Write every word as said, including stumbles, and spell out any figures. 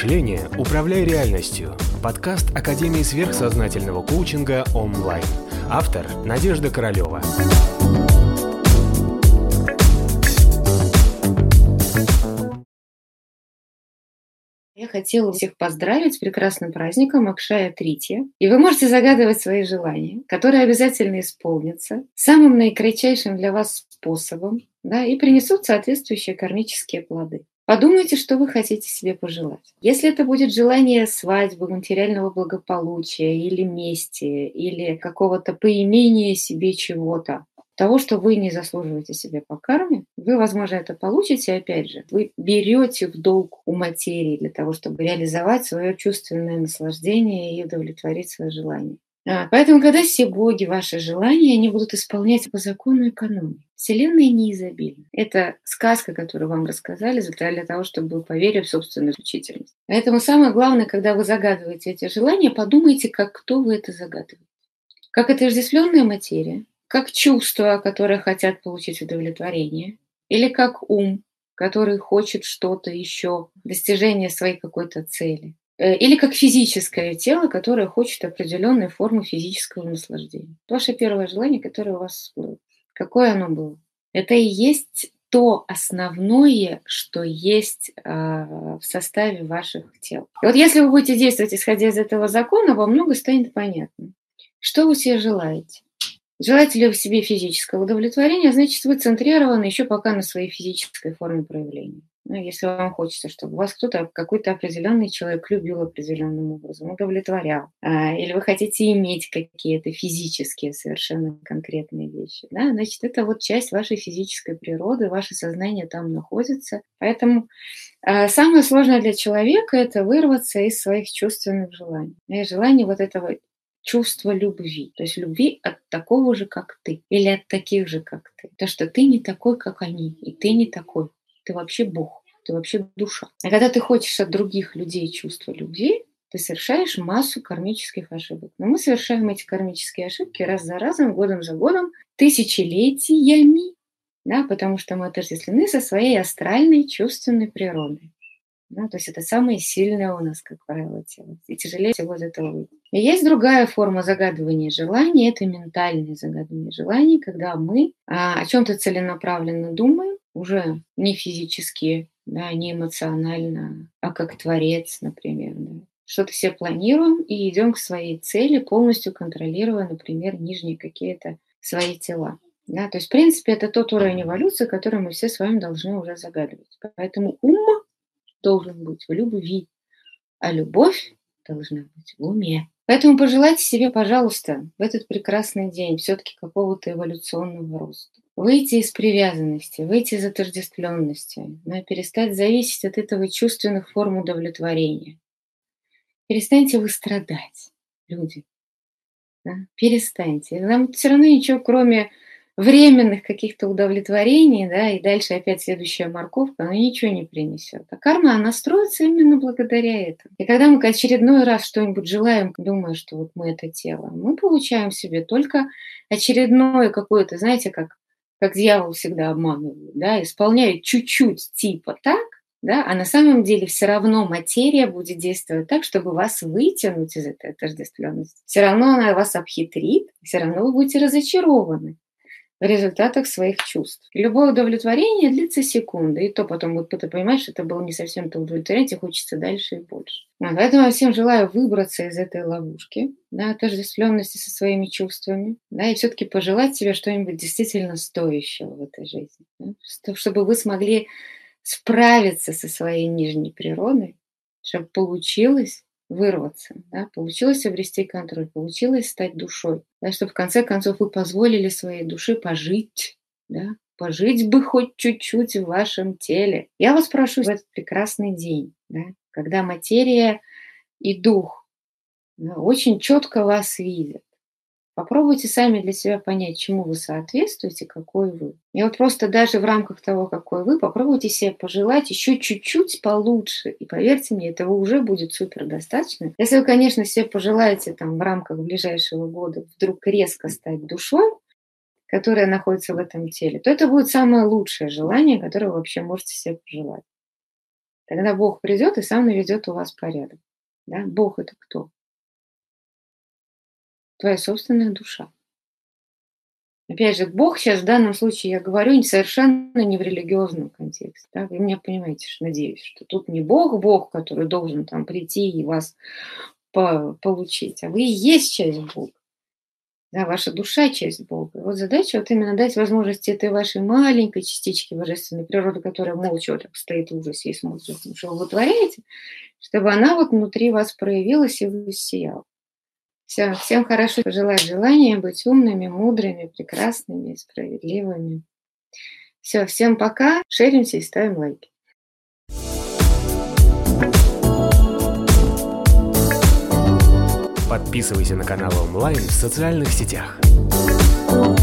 мышления «Управляй реальностью» – подкаст Академии сверхсознательного коучинга онлайн. Автор – Надежда Королева. Я хотела всех поздравить с прекрасным праздником Акшая Тритья. И вы можете загадывать свои желания, которые обязательно исполнятся самым наикратчайшим для вас способом, да, и принесут соответствующие кармические плоды. Подумайте, что вы хотите себе пожелать. Если это будет желание свадьбы, материального благополучия или мести, или какого-то поимения себе чего-то, того, что вы не заслуживаете себе по карме, вы, возможно, это получите, опять же, вы берете в долг у материи для того, чтобы реализовать свое чувственное наслаждение и удовлетворить свои желания. А, поэтому, когда все боги ваши желания, они будут исполнять по закону экономии. Вселенная не изобильна. Это сказка, которую вам рассказали для того, чтобы вы поверили в собственную исключительность. Поэтому самое главное, когда вы загадываете эти желания, подумайте, как кто вы это загадываете. Как отождествленная материя, как чувства, которые хотят получить удовлетворение, или как ум, который хочет что-то еще, достижение своей какой-то цели, или как физическое тело, которое хочет определенной формы физического наслаждения. Ваше первое желание, которое у вас было. Какое оно было? Это и есть то основное, что есть э, в составе ваших тел. И вот если вы будете действовать, исходя из этого закона, вам много станет понятно. Что вы себе желаете? Желаете ли вы себе физического удовлетворения, значит, вы центрированы еще пока на своей физической форме проявления. Ну, если вам хочется, чтобы вас кто-то, какой-то определенный человек любил определенным образом, удовлетворял, а, или вы хотите иметь какие-то физические совершенно конкретные вещи, да, значит, это вот часть вашей физической природы, ваше сознание там находится. Поэтому а, самое сложное для человека – это вырваться из своих чувственных желаний. И желание вот этого чувство любви, то есть любви от такого же, как ты, или от таких же, как ты. То, что ты не такой, как они, и ты не такой. Ты вообще Бог, ты вообще душа. А когда ты хочешь от других людей чувство любви, ты совершаешь массу кармических ошибок. Но мы совершаем эти кармические ошибки раз за разом, годом за годом, тысячелетиями, да, потому что мы отождествлены со своей астральной чувственной природой. Да, то есть это самое сильное у нас, как правило, тело. И тяжелее всего из этого выйти. И есть другая форма загадывания желаний, это ментальное загадывание желаний, когда мы а, о чем-то целенаправленно думаем, уже не физически, да, не эмоционально, а как творец, например. Да. Что-то себе планируем и идем к своей цели, полностью контролируя, например, нижние какие-то свои тела. Да. То есть, в принципе, это тот уровень эволюции, который мы все с вами должны уже загадывать. Поэтому ум должен быть в любви, а любовь должна быть в уме. Поэтому пожелайте себе, пожалуйста, в этот прекрасный день все-таки какого-то эволюционного роста. Выйти из привязанности, выйти из отождествленности, да, перестать зависеть от этого чувственных форм удовлетворения. Перестаньте вы страдать, люди. Да? Перестаньте. Нам все равно ничего, кроме временных каких-то удовлетворений, да, и дальше опять следующая морковка, она ничего не принесет. А карма, она строится именно благодаря этому. И когда мы очередной раз что-нибудь желаем, думая, что вот мы это тело, мы получаем себе только очередное какое-то, знаете, как, как дьявол всегда обманывает, да, исполняет чуть-чуть типа так, да, а на самом деле все равно материя будет действовать так, чтобы вас вытянуть из этой отождествленности. Все равно она вас обхитрит, все равно вы будете разочарованы в результатах своих чувств. Любое удовлетворение длится секунды, и то потом вот ты понимаешь, что это было не совсем то удовлетворение, тебе хочется дальше и больше. А поэтому я всем желаю выбраться из этой ловушки, да, отождествленности со своими чувствами, да, и все-таки пожелать себе что-нибудь действительно стоящего в этой жизни, да, чтобы вы смогли справиться со своей нижней природой, чтобы получилось вырваться, да, получилось обрести контроль, получилось стать душой, да, чтобы в конце концов вы позволили своей душе пожить, да, пожить бы хоть чуть-чуть в вашем теле. Я вас прошу в этот прекрасный день, да, когда материя и дух, да, очень четко вас видят. Попробуйте сами для себя понять, чему вы соответствуете, какой вы. И вот просто даже в рамках того, какой вы, попробуйте себе пожелать еще чуть-чуть получше. И поверьте мне, этого уже будет супер достаточно. Если вы, конечно, себе пожелаете там в рамках ближайшего года вдруг резко стать душой, которая находится в этом теле, то это будет самое лучшее желание, которое вы вообще можете себе пожелать. Тогда Бог придет и сам наведет у вас порядок. Да? Бог это кто? Твоя собственная душа. Опять же, Бог сейчас в данном случае я говорю совершенно не в религиозном контексте. Да? Вы меня понимаете, надеюсь, что тут не Бог, Бог, который должен там прийти и вас по- получить, а вы и есть часть Бога. Да, ваша душа – часть Бога. Вот задача вот именно дать возможность этой вашей маленькой частичке божественной природы, которая молча вот так стоит в ужасе и смотрит, что вы вытворяете, чтобы она вот внутри вас проявилась и воссияла. Все, всем хорошо пожелать желания быть умными, мудрыми, прекрасными, справедливыми. Все, всем пока, шеримся и ставим лайки. Подписывайся на канал онлайн в социальных сетях.